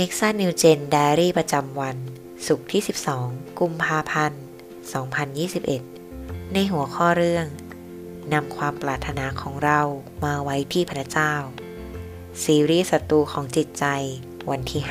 Nexa New Gen Diary ประจำวันศุกร์ที่ 12 กุมภาพันธ์ 2021 ในหัวข้อเรื่องนำความปรารถนาของเรามาไว้ที่พระเจ้าซีรีส์ศัตรูของจิตใจวันที่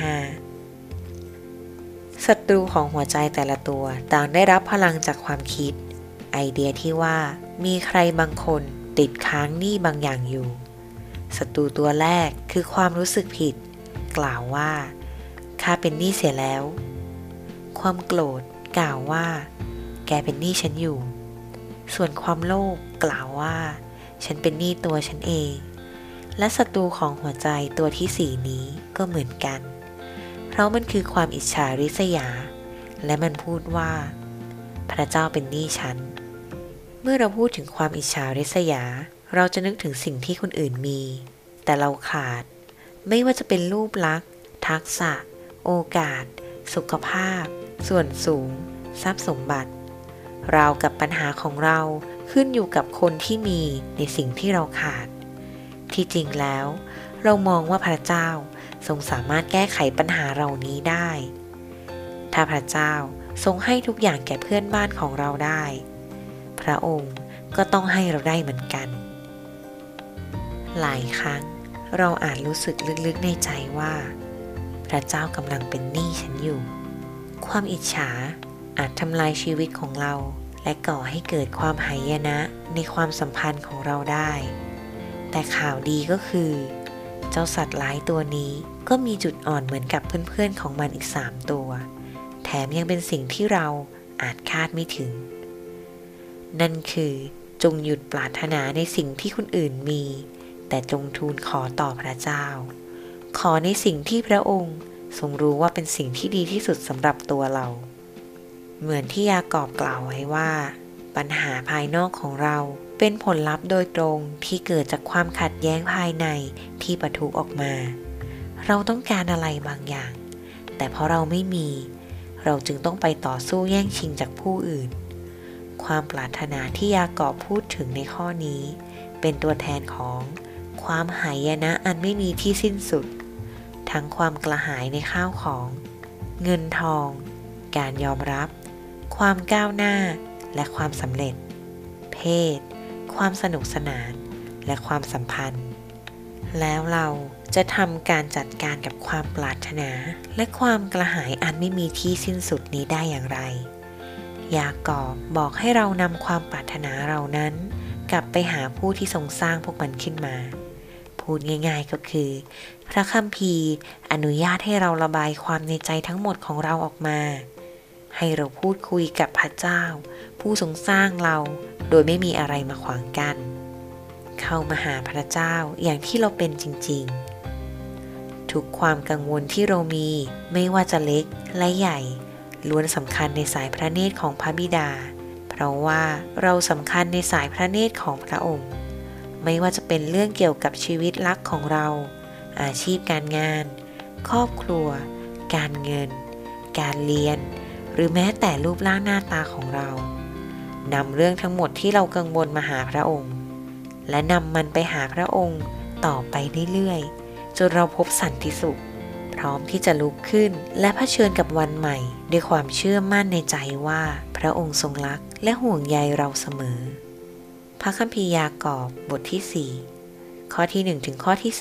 5 ศัตรูของหัวใจแต่ละตัวต่างได้รับพลังจากความคิดไอเดียที่ว่ามีใครบางคนติดค้างหนี้บางอย่างอยู่ศัตรูตัวแรกคือความรู้สึกผิดกล่าวว่าข้าเป็นหนี้เสียแล้วความโกรธกล่าวว่าแกเป็นหนี้ฉันอยู่ส่วนความโลภกล่าวว่าฉันเป็นหนี้ตัวฉันเองและศัตรูของหัวใจตัวที่ 4นี้ก็เหมือนกันเพราะมันคือความอิจฉาริษยาและมันพูดว่าพระเจ้าเป็นหนี้ฉันเมื่อเราพูดถึงความอิจฉาริษยาเราจะนึกถึงสิ่งที่คนอื่นมีแต่เราขาดไม่ว่าจะเป็นรูปลักษณ์ทักษะโอกาสสุขภาพส่วนสูงทรัพย์สมบัติราวกับปัญหาของเราขึ้นอยู่กับคนที่มีในสิ่งที่เราขาดที่จริงแล้วเรามองว่าพระเจ้าทรงสามารถแก้ไขปัญหาเหล่านี้ได้ถ้าพระเจ้าทรงให้ทุกอย่างแก่เพื่อนบ้านของเราได้พระองค์ก็ต้องให้เราได้เหมือนกันหลายครั้งเราอาจรู้สึกลึกๆในใจว่าพระเจ้ากำลังเป็นหนี้ฉันอยู่ความอิจฉาอาจทำลายชีวิตของเราและก่อให้เกิดความหายนะในความสัมพันธ์ของเราได้แต่ข่าวดีก็คือเจ้าสัตว์ร้ายตัวนี้ก็มีจุดอ่อนเหมือนกับเพื่อนๆของมันอีก3ตัวแถมยังเป็นสิ่งที่เราอาจคาดไม่ถึงนั่นคือจงหยุดปรารถนาในสิ่งที่คนอื่นมีแต่จงทูลขอต่อพระเจ้าขอในสิ่งที่พระองค์ทรงรู้ว่าเป็นสิ่งที่ดีที่สุดสำหรับตัวเราเหมือนที่ยากอบกล่าวไว้ว่าปัญหาภายนอกของเราเป็นผลลัพธ์โดยตรงที่เกิดจากความขัดแย้งภายในที่ปะทุออกมาเราต้องการอะไรบางอย่างแต่เพราะเราไม่มีเราจึงต้องไปต่อสู้แย่งชิงจากผู้อื่นความปรารถนาที่ยากอบพูดถึงในข้อนี้เป็นตัวแทนของความหายนะอันไม่มีที่สิ้นสุดทั้งความกระหายในข้าวของเงินทองการยอมรับความก้าวหน้าและความสำเร็จเพศความสนุกสนานและความสัมพันธ์แล้วเราจะทำการจัดการกับความปรารถนาและความกระหายอันไม่มีที่สิ้นสุดนี้ได้อย่างไรยากอบบอกให้เรานำความปรารถนาเรานั้นกลับไปหาผู้ที่ทรงสร้างพวกมันขึ้นมาพูดง่ายๆก็คือพระคัมภีร์อนุญาตให้เราระบายความในใจทั้งหมดของเราออกมาให้เราพูดคุยกับพระเจ้าผู้ทรงสร้างเราโดยไม่มีอะไรมาขวางกั้นเข้ามาหาพระเจ้าอย่างที่เราเป็นจริงๆทุกความกังวลที่เรามีไม่ว่าจะเล็กและใหญ่ล้วนสำคัญในสายพระเนตรของพระบิดาเพราะว่าเราสำคัญในสายพระเนตรของพระองค์ไม่ว่าจะเป็นเรื่องเกี่ยวกับชีวิตรักของเราอาชีพการงานครอบครัวการเงินการเรียนหรือแม้แต่รูปร่างหน้าตาของเรานำเรื่องทั้งหมดที่เรากังวลมาหาพระองค์และนำมันไปหาพระองค์ต่อไปเรื่อยๆจนเราพบสันติสุขพร้อมที่จะลุกขึ้นและเผชิญกับวันใหม่ด้วยความเชื่อมั่นในใจว่าพระองค์ทรงรักและห่วงใยเราเสมอพระคัมภีร์ยากอบบทที่4ข้อที่1ถึงข้อที่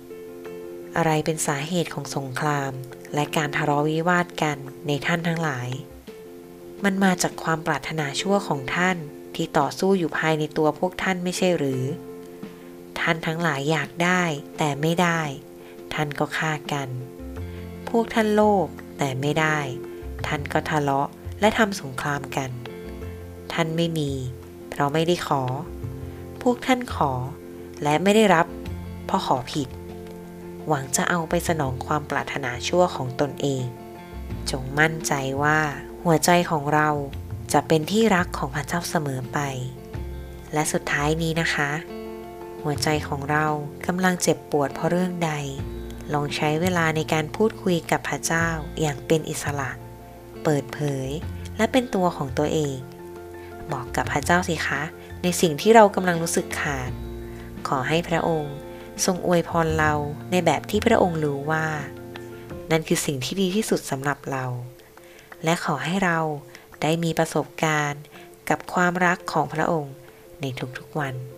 3อะไรเป็นสาเหตุของสงครามและการทะเลาะวิวาทกันในท่านทั้งหลายมันมาจากความปรารถนาชั่วของท่านที่ต่อสู้อยู่ภายในตัวพวกท่านไม่ใช่หรือท่านทั้งหลายอยากได้แต่ไม่ได้ท่านก็ฆ่ากันพวกท่านโลภแต่ไม่ได้ท่านก็ทะเลาะและทำสงครามกันท่านไม่มีเพราะไม่ได้ขอพวกท่านขอและไม่ได้รับเพราะขอผิดหวังจะเอาไปสนองความปรารถนาชั่วของตนเองจงมั่นใจว่าหัวใจของเราจะเป็นที่รักของพระเจ้าเสมอไปและสุดท้ายนี้นะคะหัวใจของเรากำลังเจ็บปวดเพราะเรื่องใดลองใช้เวลาในการพูดคุยกับพระเจ้าอย่างเป็นอิสระเปิดเผยและเป็นตัวของตัวเองบอกกับพระเจ้าสิคะในสิ่งที่เรากำลังรู้สึกขาดขอให้พระองค์ทรงอวยพรเราในแบบที่พระองค์รู้ว่านั่นคือสิ่งที่ดีที่สุดสำหรับเรา และขอให้เราได้มีประสบการณ์กับความรักของพระองค์ในทุกๆวัน